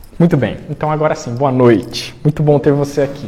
Muito bem, então agora sim, boa noite. Muito bom ter você aqui.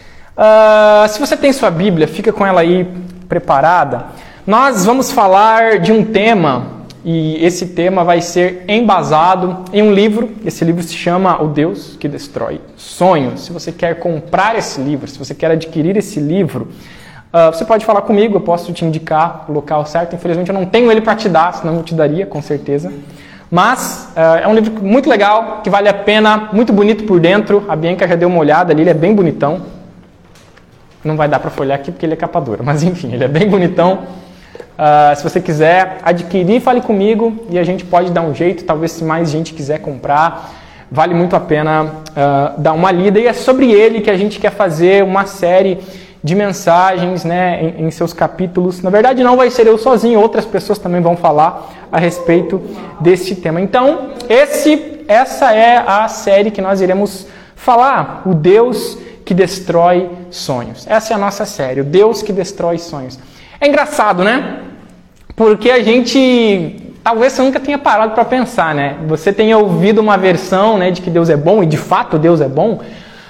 Se você tem sua Bíblia, fica com ela aí preparada. Nós vamos falar de um tema, e esse tema vai ser embasado em um livro. Esse livro se chama O Deus que Destrói Sonhos. Se você quer comprar esse livro, se você quer adquirir esse livro, você pode falar comigo, eu posso te indicar o local certo. Infelizmente eu não tenho ele para te dar, senão eu te daria, com certeza. Mas é um livro muito legal, que vale a pena, muito bonito por dentro. A Bianca já deu uma olhada ali, ele é bem bonitão. Não vai dar para folhear aqui porque ele é capa dura, mas enfim, ele é bem bonitão. Se você quiser adquirir, fale comigo e a gente pode dar um jeito. Talvez se mais gente quiser comprar, vale muito a pena dar uma lida. E é sobre ele que a gente quer fazer uma série de mensagens, né, em seus capítulos. Na verdade não vai ser eu sozinho, outras pessoas também vão falar a respeito desse tema. Então, essa é a série que nós iremos falar, o Deus que destrói sonhos. Essa é a nossa série, o Deus que destrói sonhos. É engraçado, né? Porque a gente, talvez você nunca tenha parado para pensar, né? Você tenha ouvido uma versão, né, de que Deus é bom, e de fato Deus é bom,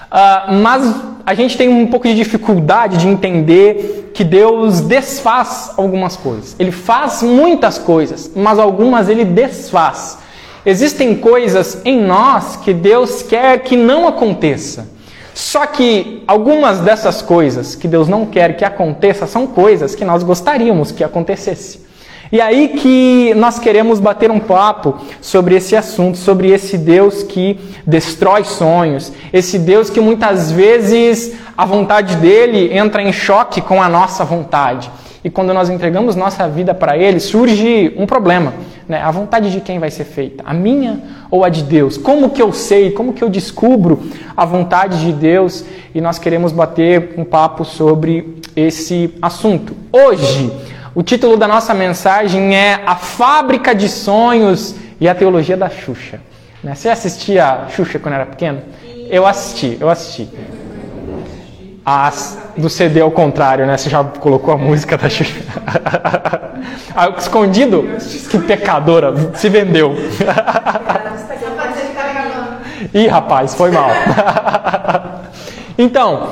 mas a gente tem um pouco de dificuldade de entender que Deus desfaz algumas coisas. Ele faz muitas coisas, mas algumas ele desfaz. Existem coisas em nós que Deus quer que não aconteça. Só que algumas dessas coisas que Deus não quer que aconteça são coisas que nós gostaríamos que acontecesse. E aí que nós queremos bater um papo sobre esse assunto, sobre esse Deus que destrói sonhos, esse Deus que muitas vezes a vontade dele entra em choque com a nossa vontade. E quando nós entregamos nossa vida para ele, surge um problema, né? A vontade de quem vai ser feita? A minha ou a de Deus? Como que eu sei? Como que eu descubro a vontade de Deus? E nós queremos bater um papo sobre esse assunto. Hoje, o título da nossa mensagem é A Fábrica de Sonhos e a Teologia da Xuxa. Você assistia a Xuxa quando era pequeno? Eu assisti. Do CD ao contrário, né? Você já colocou a música da Xuxa. Escondido? Que pecadora, se vendeu. Ih, rapaz, foi mal. Então,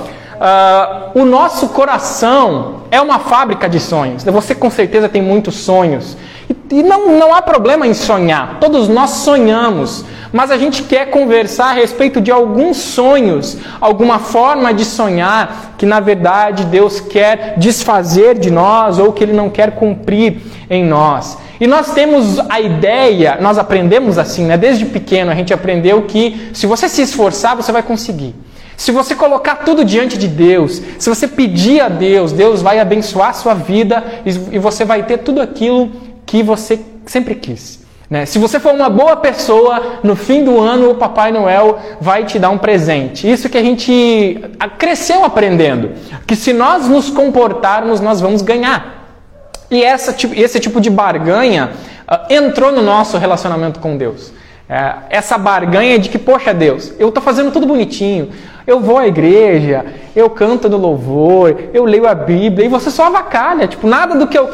o nosso coração é uma fábrica de sonhos. Você com certeza tem muitos sonhos. E não há problema em sonhar. Todos nós sonhamos. Mas a gente quer conversar a respeito de alguns sonhos, alguma forma de sonhar que na verdade Deus quer desfazer de nós ou que Ele não quer cumprir em nós. E nós temos a ideia, nós aprendemos assim, né? Desde pequeno a gente aprendeu que se você se esforçar, você vai conseguir. Se você colocar tudo diante de Deus, se você pedir a Deus, Deus vai abençoar a sua vida e você vai ter tudo aquilo que você sempre quis. Né? Se você for uma boa pessoa, no fim do ano o Papai Noel vai te dar um presente. Isso que a gente cresceu aprendendo. Que se nós nos comportarmos, nós vamos ganhar. E esse tipo de barganha entrou no nosso relacionamento com Deus. Essa barganha de que, poxa Deus, eu estou fazendo tudo bonitinho, eu vou à igreja, eu canto no louvor, eu leio a Bíblia, e você só avacalha, nada do que eu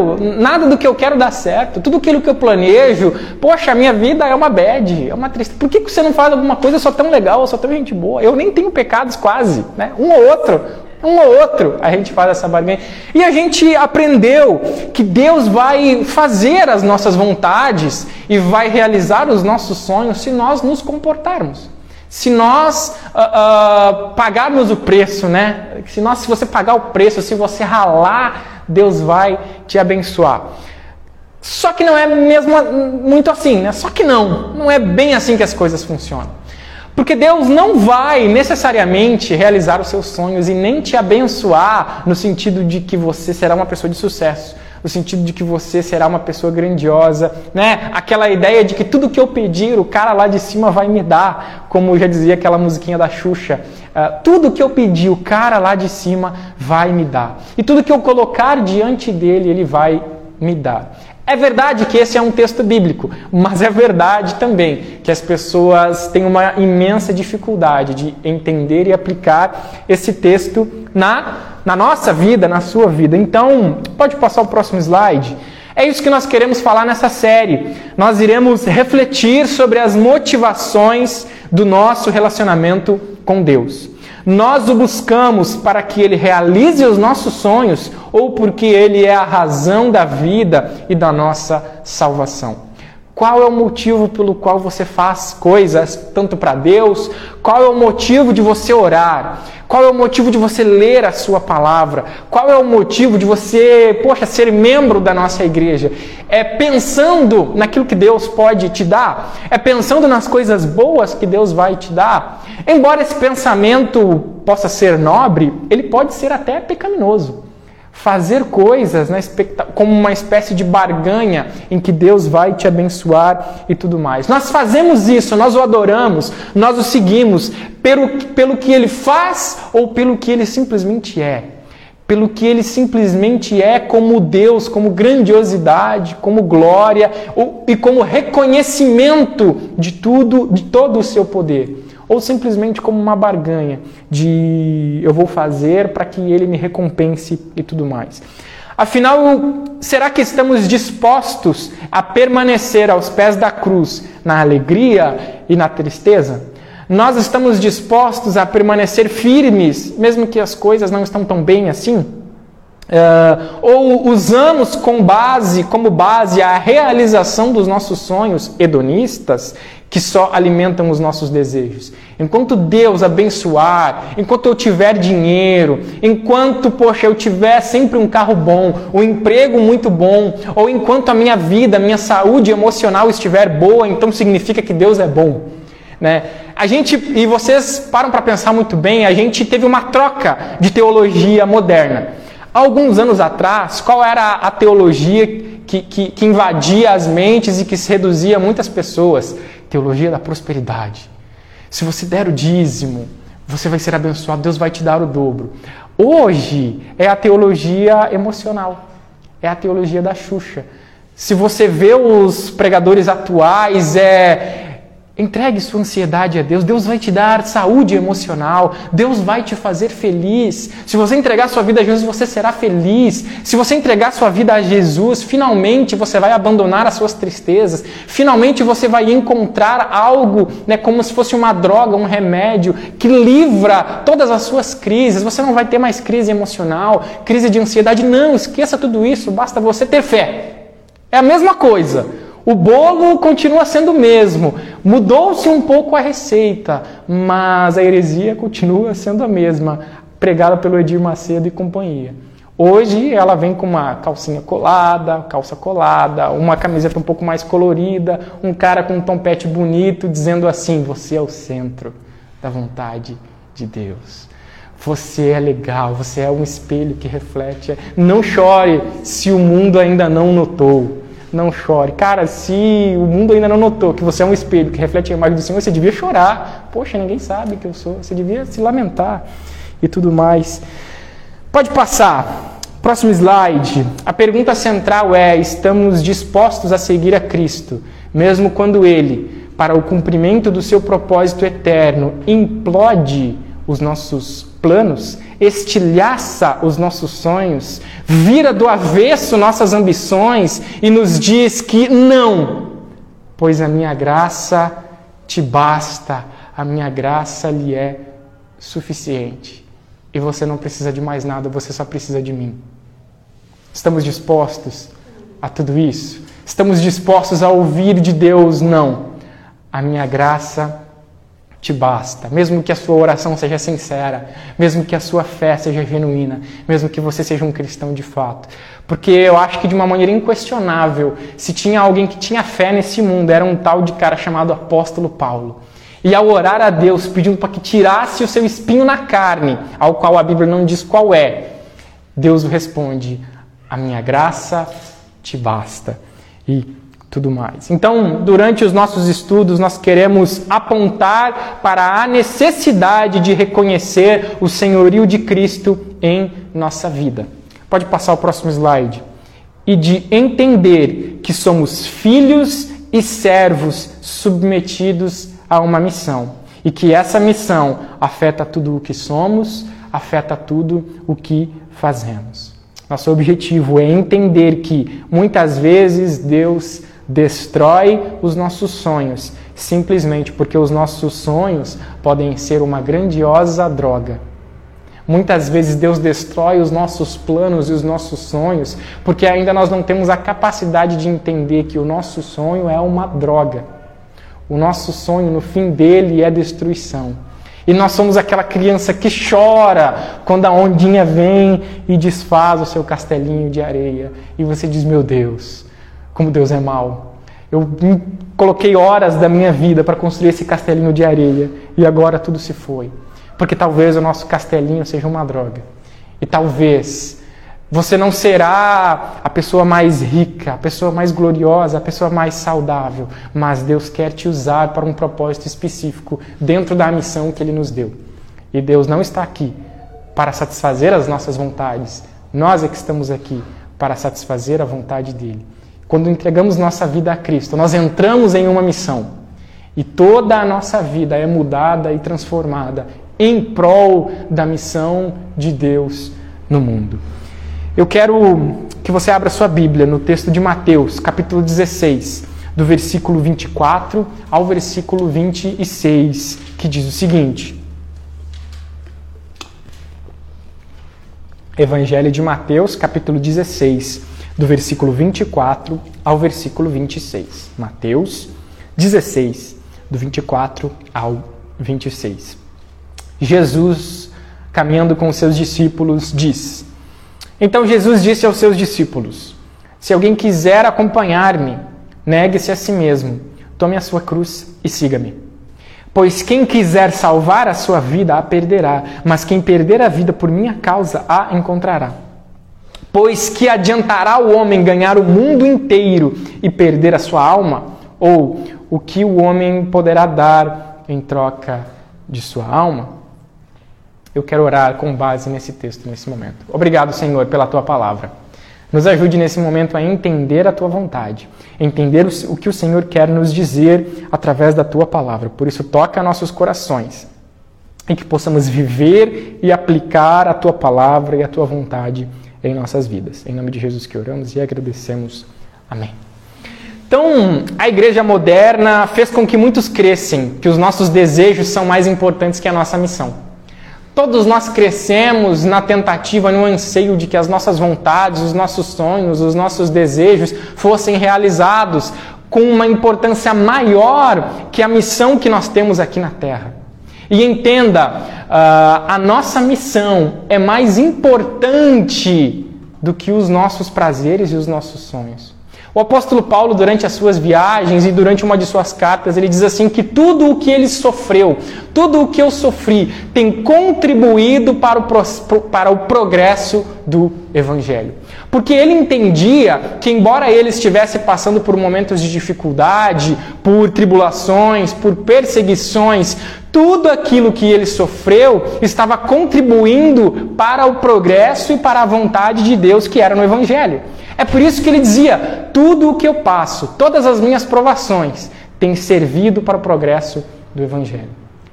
quero dá certo, tudo aquilo que eu planejo, poxa, a minha vida é uma bad, é uma tristeza, por que você não faz alguma coisa só tão legal, só tão gente boa? Eu nem tenho pecados quase, né? Um ou outro, a gente faz essa barganha. E a gente aprendeu que Deus vai fazer as nossas vontades e vai realizar os nossos sonhos se nós nos comportarmos. Se nós pagarmos o preço, né? Se você pagar o preço, se você ralar, Deus vai te abençoar. Só que não é mesmo muito assim, né? Só que não é bem assim que as coisas funcionam. Porque Deus não vai necessariamente realizar os seus sonhos e nem te abençoar no sentido de que você será uma pessoa de sucesso, no sentido de que você será uma pessoa grandiosa, né? Aquela ideia de que tudo que eu pedir, o cara lá de cima vai me dar, como já dizia aquela musiquinha da Xuxa. Tudo que eu pedir, o cara lá de cima vai me dar. E tudo que eu colocar diante dele, ele vai me dar. É verdade que esse é um texto bíblico, mas é verdade também que as pessoas têm uma imensa dificuldade de entender e aplicar esse texto na nossa vida, na sua vida. Então, pode passar o próximo slide. É isso que nós queremos falar nessa série. Nós iremos refletir sobre as motivações do nosso relacionamento com Deus. Nós o buscamos para que Ele realize os nossos sonhos ou porque Ele é a razão da vida e da nossa salvação? Qual é o motivo pelo qual você faz coisas tanto para Deus? Qual é o motivo de você orar? Qual é o motivo de você ler a sua palavra? Qual é o motivo de você, ser membro da nossa igreja? É pensando naquilo que Deus pode te dar? É pensando nas coisas boas que Deus vai te dar? Embora esse pensamento possa ser nobre, ele pode ser até pecaminoso. Fazer coisas como uma espécie de barganha em que Deus vai te abençoar e tudo mais. Nós fazemos isso, nós o adoramos, nós o seguimos pelo que Ele faz ou pelo que Ele simplesmente é. Pelo que Ele simplesmente é como Deus, como grandiosidade, como glória e como reconhecimento de todo o seu poder. Ou simplesmente como uma barganha de eu vou fazer para que Ele me recompense e tudo mais. Afinal, será que estamos dispostos a permanecer aos pés da cruz na alegria e na tristeza? Nós estamos dispostos a permanecer firmes, mesmo que as coisas não estão tão bem assim? Ou usamos como base a realização dos nossos sonhos hedonistas que só alimentam os nossos desejos? Enquanto Deus abençoar, enquanto eu tiver dinheiro, enquanto, eu tiver sempre um carro bom, um emprego muito bom, ou enquanto a minha vida, a minha saúde emocional estiver boa, então significa que Deus é bom. Né? E vocês param para pensar muito bem, a gente teve uma troca de teologia moderna. Há alguns anos atrás, qual era a teologia que invadia as mentes e que se reduzia a muitas pessoas? Teologia da prosperidade. Se você der o dízimo, você vai ser abençoado, Deus vai te dar o dobro. Hoje é a teologia emocional, é a teologia da Xuxa. Se você vê os pregadores atuais, entregue sua ansiedade a Deus, Deus vai te dar saúde emocional, Deus vai te fazer feliz. Se você entregar sua vida a Jesus, você será feliz. Se você entregar sua vida a Jesus, finalmente você vai abandonar as suas tristezas, finalmente você vai encontrar algo, como se fosse uma droga, um remédio, que livra todas as suas crises. Você não vai ter mais crise emocional, crise de ansiedade. Não, esqueça tudo isso, basta você ter fé. É a mesma coisa. O bolo continua sendo o mesmo, mudou-se um pouco a receita, mas a heresia continua sendo a mesma, pregada pelo Edir Macedo e companhia. Hoje ela vem com uma calcinha colada, calça colada, uma camiseta um pouco mais colorida, um cara com um tompete bonito dizendo assim: você é o centro da vontade de Deus. Você é legal, você é um espelho que reflete. Não chore se o mundo ainda não notou. Não chore. Cara, se o mundo ainda não notou que você é um espelho que reflete a imagem do Senhor, você devia chorar. Poxa, ninguém sabe que eu sou. Você devia se lamentar e tudo mais. Pode passar. Próximo slide. A pergunta central é: estamos dispostos a seguir a Cristo, mesmo quando Ele, para o cumprimento do seu propósito eterno, implode os nossos planos, estilhaça os nossos sonhos, vira do avesso nossas ambições e nos diz que não, pois a minha graça te basta, a minha graça lhe é suficiente e você não precisa de mais nada, você só precisa de mim. Estamos dispostos a tudo isso? Estamos dispostos a ouvir de Deus: não, a minha graça te basta, mesmo que a sua oração seja sincera, mesmo que a sua fé seja genuína, mesmo que você seja um cristão de fato. Porque eu acho que de uma maneira inquestionável, se tinha alguém que tinha fé nesse mundo, era um tal de cara chamado apóstolo Paulo. E ao orar a Deus pedindo para que tirasse o seu espinho na carne, ao qual a Bíblia não diz qual é, Deus responde: a minha graça te basta. E tudo mais. Então, durante os nossos estudos, nós queremos apontar para a necessidade de reconhecer o senhorio de Cristo em nossa vida. Pode passar o próximo slide. E de entender que somos filhos e servos submetidos a uma missão. E que essa missão afeta tudo o que somos, afeta tudo o que fazemos. Nosso objetivo é entender que, muitas vezes, Deus destrói os nossos sonhos, simplesmente porque os nossos sonhos podem ser uma grandiosa droga. Muitas vezes Deus destrói os nossos planos e os nossos sonhos, porque ainda nós não temos a capacidade de entender que o nosso sonho é uma droga. O nosso sonho, no fim dele, é destruição. E nós somos aquela criança que chora quando a ondinha vem e desfaz o seu castelinho de areia. E você diz, meu Deus, como Deus é mau. Eu coloquei horas da minha vida para construir esse castelinho de areia e agora tudo se foi. Porque talvez o nosso castelinho seja uma droga. E talvez você não será a pessoa mais rica, a pessoa mais gloriosa, a pessoa mais saudável, mas Deus quer te usar para um propósito específico dentro da missão que Ele nos deu. E Deus não está aqui para satisfazer as nossas vontades. Nós é que estamos aqui para satisfazer a vontade dEle. Quando entregamos nossa vida a Cristo, nós entramos em uma missão. E toda a nossa vida é mudada e transformada em prol da missão de Deus no mundo. Eu quero que você abra sua Bíblia no texto de Mateus, capítulo 16, do versículo 24 ao versículo 26, que diz o seguinte. Evangelho de Mateus, capítulo 16, do versículo 24 ao versículo 26. Mateus 16, do 24 ao 26. Jesus, caminhando com os seus discípulos, diz... Então Jesus disse aos seus discípulos, se alguém quiser acompanhar-me, negue-se a si mesmo, tome a sua cruz e siga-me. Pois quem quiser salvar a sua vida a perderá, mas quem perder a vida por minha causa a encontrará. Pois que adiantará o homem ganhar o mundo inteiro e perder a sua alma? Ou o que o homem poderá dar em troca de sua alma? Eu quero orar com base nesse texto, nesse momento. Obrigado, Senhor, pela Tua palavra. Nos ajude nesse momento a entender a Tua vontade, entender o que o Senhor quer nos dizer através da Tua palavra. Por isso, toca nossos corações e que possamos viver e aplicar a Tua palavra e a Tua vontade em nossas vidas. Em nome de Jesus que oramos e agradecemos. Amém. Então, a igreja moderna fez com que muitos crescem, que os nossos desejos são mais importantes que a nossa missão. Todos nós crescemos na tentativa, no anseio de que as nossas vontades, os nossos sonhos, os nossos desejos fossem realizados com uma importância maior que a missão que nós temos aqui na Terra. E entenda, a nossa missão é mais importante do que os nossos prazeres e os nossos sonhos. O apóstolo Paulo, durante as suas viagens e durante uma de suas cartas, ele diz assim que tudo o que ele sofreu, tudo o que eu sofri, tem contribuído para o progresso do Evangelho. Porque ele entendia que, embora ele estivesse passando por momentos de dificuldade, por tribulações, por perseguições, tudo aquilo que ele sofreu estava contribuindo para o progresso e para a vontade de Deus que era no Evangelho. É por isso que ele dizia, tudo o que eu passo, todas as minhas provações, tem servido para o progresso do Evangelho.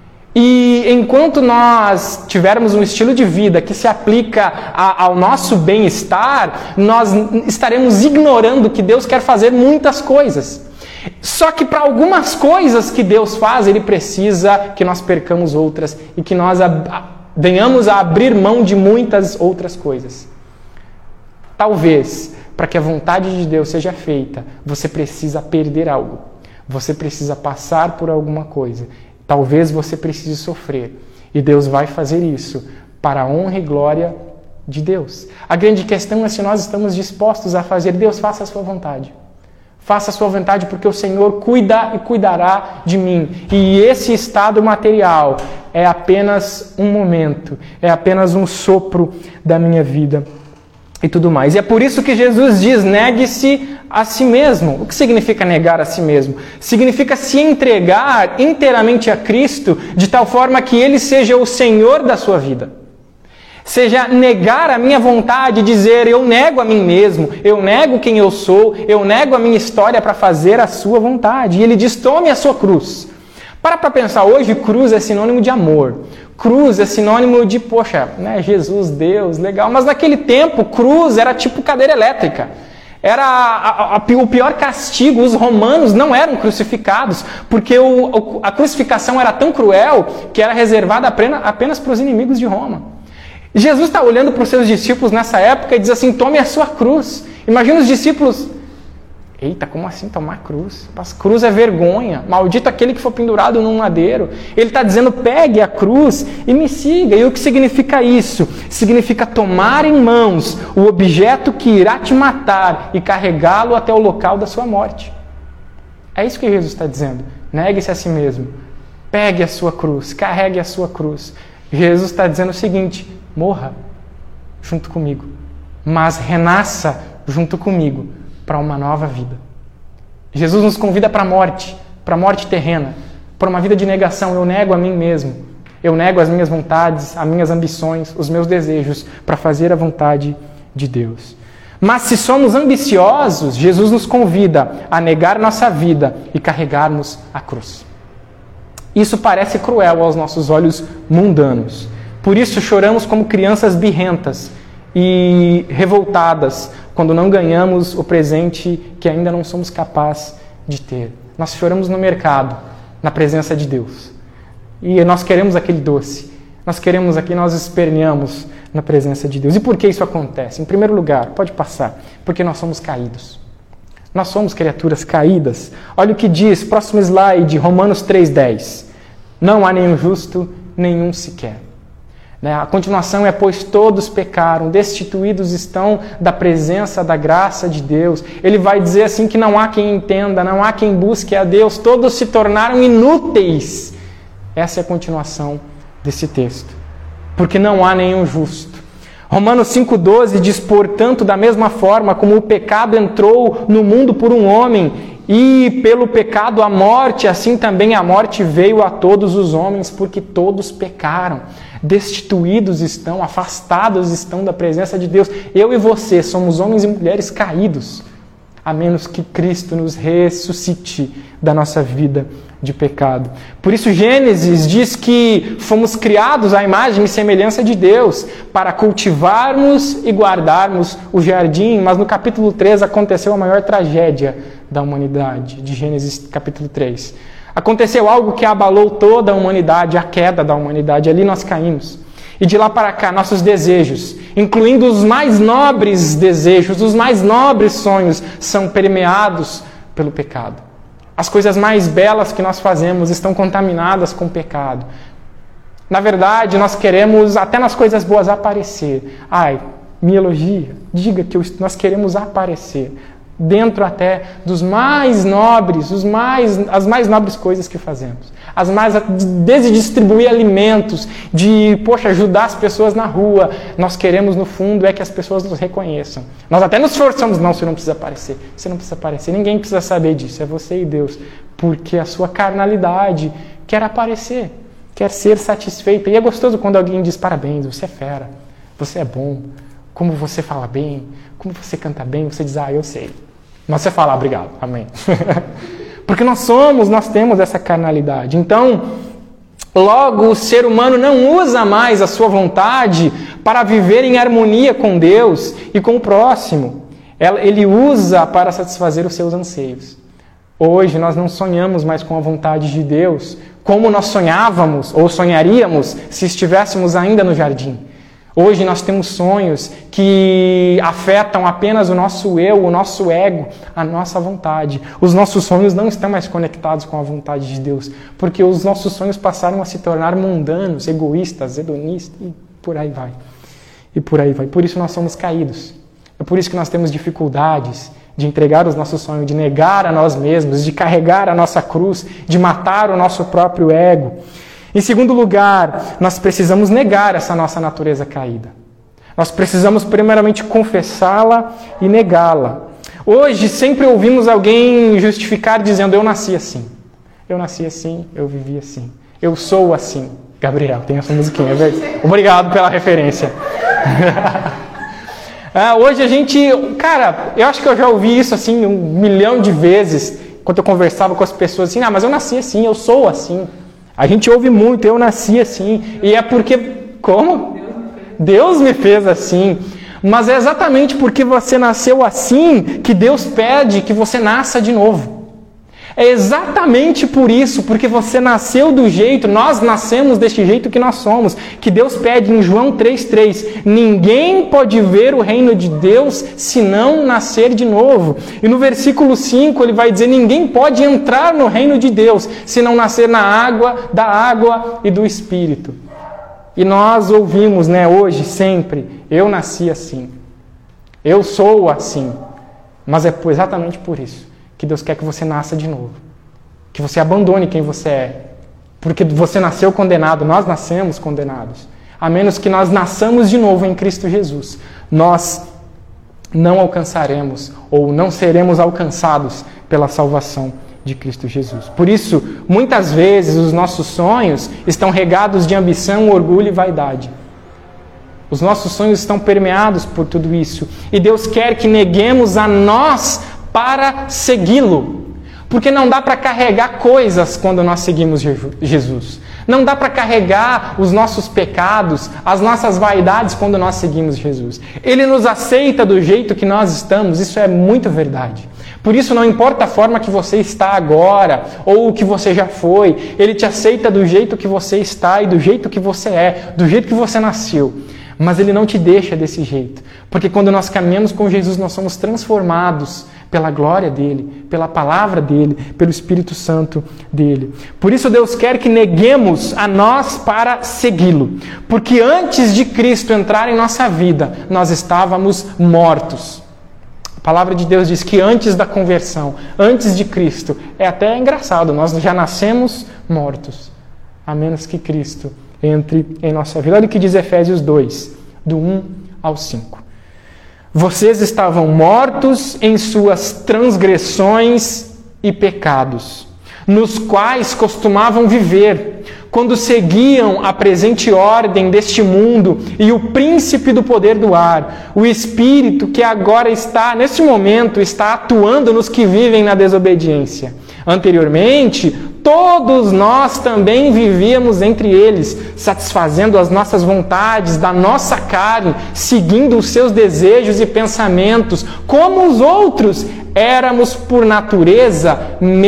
E enquanto nós tivermos um estilo de vida que se aplica ao nosso bem-estar, nós estaremos ignorando que Deus quer fazer muitas coisas. Só que para algumas coisas que Deus faz, Ele precisa que nós percamos outras e que nós venhamos a abrir mão de muitas outras coisas. Talvez, para que a vontade de Deus seja feita, você precisa perder algo. Você precisa passar por alguma coisa. Talvez você precise sofrer. E Deus vai fazer isso para a honra e glória de Deus. A grande questão é se nós estamos dispostos a fazer. Deus, faça a sua vontade. Faça a sua vontade porque o Senhor cuida e cuidará de mim. E esse estado material é apenas um momento. É apenas um sopro da minha vida. E tudo mais. E é por isso que Jesus diz, negue-se a si mesmo. O que significa negar a si mesmo? Significa se entregar inteiramente a Cristo, de tal forma que Ele seja o Senhor da sua vida. Seja negar a minha vontade, dizer, eu nego a mim mesmo, eu nego quem eu sou, eu nego a minha história para fazer a sua vontade. E Ele diz, tome a sua cruz. Para pensar, hoje cruz é sinônimo de amor. Cruz é sinônimo de, poxa, né, Jesus, Deus, legal. Mas naquele tempo, cruz era tipo cadeira elétrica. Era o pior castigo. Os romanos não eram crucificados, porque a crucificação era tão cruel que era reservada apenas para os inimigos de Roma. Jesus está olhando para os seus discípulos nessa época e diz assim, tome a sua cruz. Imagina os discípulos, eita, como assim tomar cruz? Mas cruz é vergonha, maldito aquele que for pendurado num madeiro. Ele está dizendo, pegue a cruz e me siga. E o que significa isso? Significa tomar em mãos o objeto que irá te matar e carregá-lo até o local da sua morte. É isso que Jesus está dizendo. Negue-se a si mesmo. Pegue a sua cruz, carregue a sua cruz. Jesus está dizendo o seguinte, morra junto comigo, mas renasça junto comigo para uma nova vida. Jesus nos convida para a morte terrena, para uma vida de negação. Eu nego a mim mesmo, eu nego as minhas vontades, as minhas ambições, os meus desejos, para fazer a vontade de Deus. Mas se somos ambiciosos, Jesus nos convida a negar nossa vida e carregarmos a cruz. Isso parece cruel aos nossos olhos mundanos. Por isso choramos como crianças birrentas e revoltadas quando não ganhamos o presente que ainda não somos capazes de ter. Nós choramos no mercado, na presença de Deus. E nós queremos aquele doce. Nós esperneamos na presença de Deus. E por que isso acontece? Em primeiro lugar, pode passar, porque nós somos caídos. Nós somos criaturas caídas. Olha o que diz, próximo slide, Romanos 3,10. Não há nenhum justo, nenhum sequer. A continuação é, pois todos pecaram, destituídos estão da presença, da graça de Deus. Ele vai dizer assim que não há quem entenda, não há quem busque a Deus, todos se tornaram inúteis. Essa é a continuação desse texto. Porque não há nenhum justo. Romanos 5,12 diz, portanto, da mesma forma como o pecado entrou no mundo por um homem, e pelo pecado a morte, assim também a morte veio a todos os homens, porque todos pecaram. Destituídos estão, afastados estão da presença de Deus. Eu e você somos homens e mulheres caídos, a menos que Cristo nos ressuscite da nossa vida de pecado. Por isso Gênesis diz que fomos criados à imagem e semelhança de Deus para cultivarmos e guardarmos o jardim, mas no capítulo 3 aconteceu a maior tragédia da humanidade, de Gênesis capítulo 3. Aconteceu algo que abalou toda a humanidade, a queda da humanidade, ali nós caímos. E de lá para cá, nossos desejos, incluindo os mais nobres desejos, os mais nobres sonhos, são permeados pelo pecado. As coisas mais belas que nós fazemos estão contaminadas com o pecado. Na verdade, nós queremos, até nas coisas boas, aparecer. Ai, me elogia, diga que nós queremos aparecer. Dentro até dos mais nobres, as mais nobres coisas que fazemos. Desde distribuir alimentos, de, ajudar as pessoas na rua. Nós queremos, no fundo, é que as pessoas nos reconheçam. Nós até nos esforçamos, não, você não precisa aparecer. Você não precisa aparecer, ninguém precisa saber disso, é você e Deus. Porque a sua carnalidade quer aparecer, quer ser satisfeita. E é gostoso quando alguém diz, parabéns, você é fera, você é bom, como você fala bem, como você canta bem, você diz, eu sei. Mas você fala, obrigado, amém. Porque nós temos essa carnalidade. Então, logo o ser humano não usa mais a sua vontade para viver em harmonia com Deus e com o próximo. Ele usa para satisfazer os seus anseios. Hoje nós não sonhamos mais com a vontade de Deus como nós sonhávamos ou sonharíamos se estivéssemos ainda no jardim. Hoje nós temos sonhos que afetam apenas o nosso eu, o nosso ego, a nossa vontade. Os nossos sonhos não estão mais conectados com a vontade de Deus, porque os nossos sonhos passaram a se tornar mundanos, egoístas, hedonistas, e por aí vai. E por aí vai. Por isso nós somos caídos. É por isso que nós temos dificuldades de entregar os nossos sonhos, de negar a nós mesmos, de carregar a nossa cruz, de matar o nosso próprio ego. Em segundo lugar, nós precisamos negar essa nossa natureza caída. Nós precisamos primeiramente confessá-la e negá-la. Hoje sempre ouvimos alguém justificar dizendo, eu nasci assim, eu vivi assim, eu sou assim. Gabriel, tem essa musiquinha, velho? Obrigado pela referência. Hoje a gente, eu acho que eu já ouvi isso assim 1 milhão de vezes, quando eu conversava com as pessoas assim, mas eu nasci assim, eu sou assim. A gente ouve muito, eu nasci assim. E é porque, como? Deus me fez assim. Mas é exatamente porque você nasceu assim que Deus pede que você nasça de novo. É exatamente por isso, porque você nasceu do jeito, nós nascemos deste jeito que nós somos, que Deus pede em João 3,3, ninguém pode ver o reino de Deus se não nascer de novo. E no versículo 5 ele vai dizer, ninguém pode entrar no reino de Deus se não nascer da água e do Espírito. E nós ouvimos, hoje, sempre, eu nasci assim, eu sou assim, mas é exatamente por isso que Deus quer que você nasça de novo. Que você abandone quem você é. Porque você nasceu condenado, nós nascemos condenados. A menos que nós nasçamos de novo em Cristo Jesus, nós não alcançaremos ou não seremos alcançados pela salvação de Cristo Jesus. Por isso, muitas vezes os nossos sonhos estão regados de ambição, orgulho e vaidade. Os nossos sonhos estão permeados por tudo isso. E Deus quer que neguemos a nós para segui-lo. Porque não dá para carregar coisas quando nós seguimos Jesus. Não dá para carregar os nossos pecados, as nossas vaidades quando nós seguimos Jesus. Ele nos aceita do jeito que nós estamos, isso é muito verdade. Por isso não importa a forma que você está agora, ou o que você já foi, Ele te aceita do jeito que você está e do jeito que você é, do jeito que você nasceu. Mas Ele não te deixa desse jeito. Porque quando nós caminhamos com Jesus, nós somos transformados pela glória dEle, pela palavra dEle, pelo Espírito Santo dEle. Por isso Deus quer que neguemos a nós para segui-lo. Porque antes de Cristo entrar em nossa vida, nós estávamos mortos. A palavra de Deus diz que antes da conversão, antes de Cristo, é até engraçado, nós já nascemos mortos. A menos que Cristo entre em nossa vida. Olha o que diz Efésios 2, do 1 ao 5. Vocês estavam mortos em suas transgressões e pecados, nos quais costumavam viver, quando seguiam a presente ordem deste mundo e o príncipe do poder do ar, o espírito que agora está, neste momento, está atuando nos que vivem na desobediência. Anteriormente, todos nós também vivíamos entre eles, satisfazendo as nossas vontades da nossa carne, seguindo os seus desejos e pensamentos. Como os outros, éramos por natureza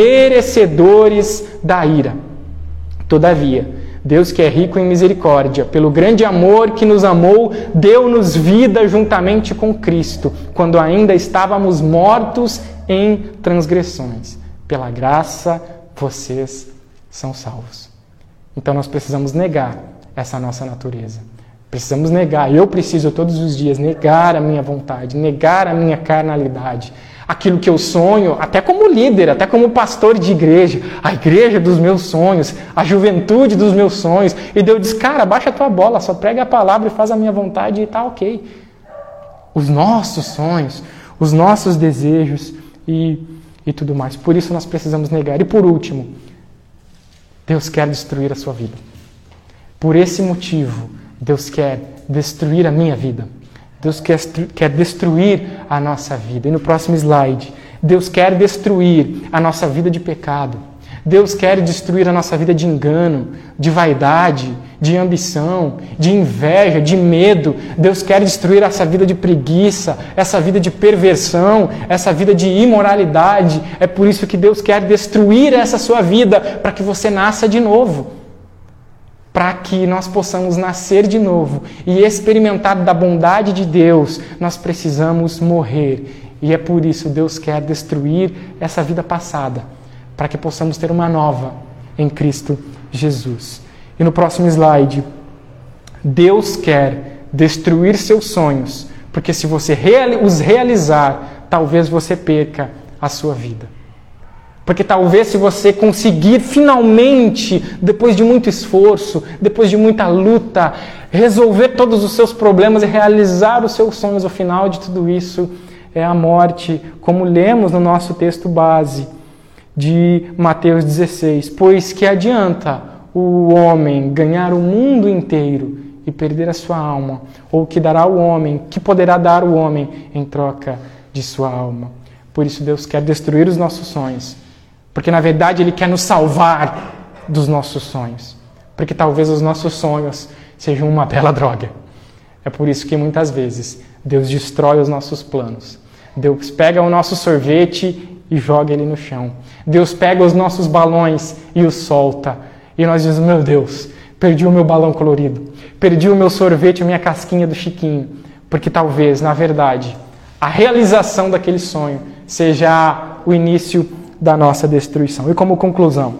merecedores da ira. Todavia, Deus, que é rico em misericórdia, pelo grande amor que nos amou, deu-nos vida juntamente com Cristo, quando ainda estávamos mortos em transgressões. Pela graça, vocês são salvos. Então nós precisamos negar essa nossa natureza. Precisamos negar, eu preciso todos os dias negar a minha vontade, negar a minha carnalidade, aquilo que eu sonho, até como líder, até como pastor de igreja, a igreja dos meus sonhos, a juventude dos meus sonhos. E Deus diz, cara, baixa a tua bola, só prega a palavra e faz a minha vontade e tá ok. Os nossos sonhos, os nossos desejos e tudo mais. Por isso nós precisamos negar. E por último, Deus quer destruir a sua vida. Por esse motivo, Deus quer destruir a minha vida. Deus quer destruir a nossa vida. E no próximo slide, Deus quer destruir a nossa vida de pecado. Deus quer destruir a nossa vida de engano, de vaidade, de ambição, de inveja, de medo. Deus quer destruir essa vida de preguiça, essa vida de perversão, essa vida de imoralidade. É por isso que Deus quer destruir essa sua vida, para que você nasça de novo. Para que nós possamos nascer de novo e experimentar da bondade de Deus, nós precisamos morrer. E é por isso que Deus quer destruir essa vida passada, para que possamos ter uma nova em Cristo Jesus. E no próximo slide, Deus quer destruir seus sonhos, porque se você os realizar, talvez você perca a sua vida. Porque talvez se você conseguir finalmente, depois de muito esforço, depois de muita luta, resolver todos os seus problemas e realizar os seus sonhos, o final de tudo isso é a morte, como lemos no nosso texto base de Mateus 16. Pois que adianta o homem ganhar o mundo inteiro e perder a sua alma? Ou que poderá dar o homem em troca de sua alma? Por isso Deus quer destruir os nossos sonhos Porque na verdade Ele quer nos salvar dos nossos sonhos. Porque talvez os nossos sonhos sejam uma bela droga. É por isso que muitas vezes Deus destrói os nossos planos. Deus pega o nosso sorvete e joga ele no chão. Deus pega os nossos balões e os solta. E nós dizemos, meu Deus, perdi o meu balão colorido. Perdi o meu sorvete, a minha casquinha do Chiquinho. Porque talvez, na verdade, a realização daquele sonho seja o início da nossa destruição. E como conclusão,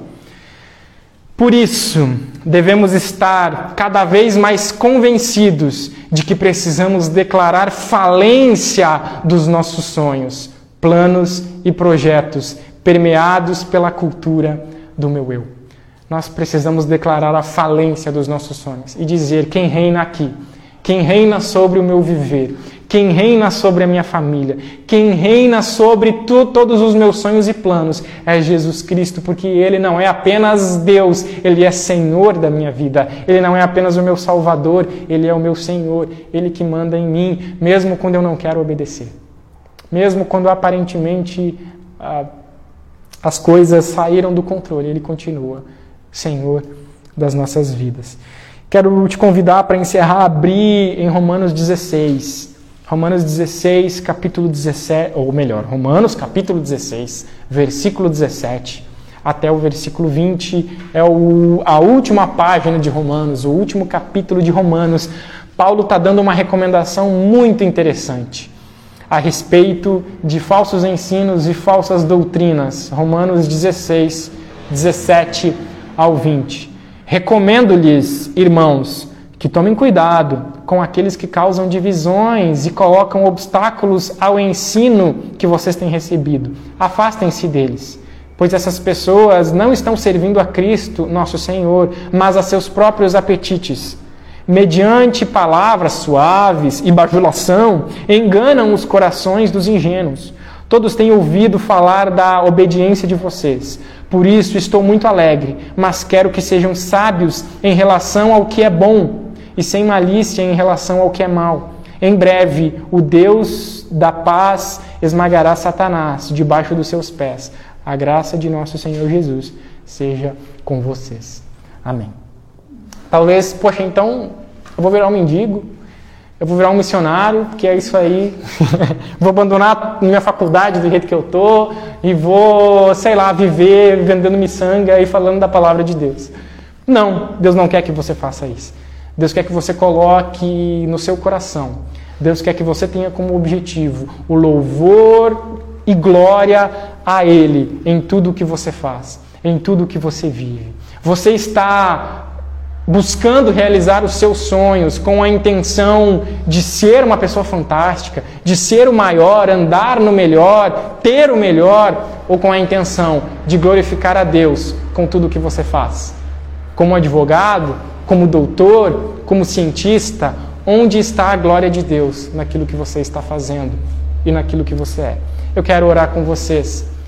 por isso, devemos estar cada vez mais convencidos de que precisamos declarar falência dos nossos sonhos, planos e projetos permeados pela cultura do meu eu. Nós precisamos declarar a falência dos nossos sonhos e dizer quem reina aqui, quem reina sobre o meu viver, quem reina sobre a minha família, quem reina sobre todos os meus sonhos e planos é Jesus Cristo, porque Ele não é apenas Deus, Ele é Senhor da minha vida. Ele não é apenas o meu Salvador, Ele é o meu Senhor, Ele que manda em mim, mesmo quando eu não quero obedecer. Mesmo quando aparentemente as coisas saíram do controle, Ele continua Senhor das nossas vidas. Quero te convidar para encerrar, abrir em Romanos 16. Romanos 16, capítulo 17, ou melhor, Romanos capítulo 16, versículo 17, até o versículo 20, é a última página de Romanos, o último capítulo de Romanos. Paulo está dando uma recomendação muito interessante a respeito de falsos ensinos e falsas doutrinas. Romanos 16, 17 ao 20. Recomendo-lhes, irmãos, que tomem cuidado com aqueles que causam divisões e colocam obstáculos ao ensino que vocês têm recebido. Afastem-se deles, pois essas pessoas não estão servindo a Cristo, nosso Senhor, mas a seus próprios apetites. Mediante palavras suaves e bajulação, enganam os corações dos ingênuos. Todos têm ouvido falar da obediência de vocês. Por isso estou muito alegre, mas quero que sejam sábios em relação ao que é bom e sem malícia em relação ao que é mal. Em breve, o Deus da paz esmagará Satanás debaixo dos seus pés. A graça de nosso Senhor Jesus seja com vocês. Amém. Talvez, poxa, então eu vou virar um mendigo, eu vou virar um missionário, que é isso aí. Vou abandonar minha faculdade do jeito que eu tô e vou, sei lá, viver vendendo miçanga e falando da palavra de Deus. Não, Deus não quer que você faça isso. Deus quer que você coloque no seu coração. Deus quer que você tenha como objetivo o louvor e glória a Ele em tudo o que você faz, em tudo o que você vive. Você está buscando realizar os seus sonhos com a intenção de ser uma pessoa fantástica, de ser o maior, andar no melhor, ter o melhor, ou com a intenção de glorificar a Deus com tudo o que você faz? Como advogado, como doutor, como cientista, onde está a glória de Deus naquilo que você está fazendo e naquilo que você é? Eu quero orar com vocês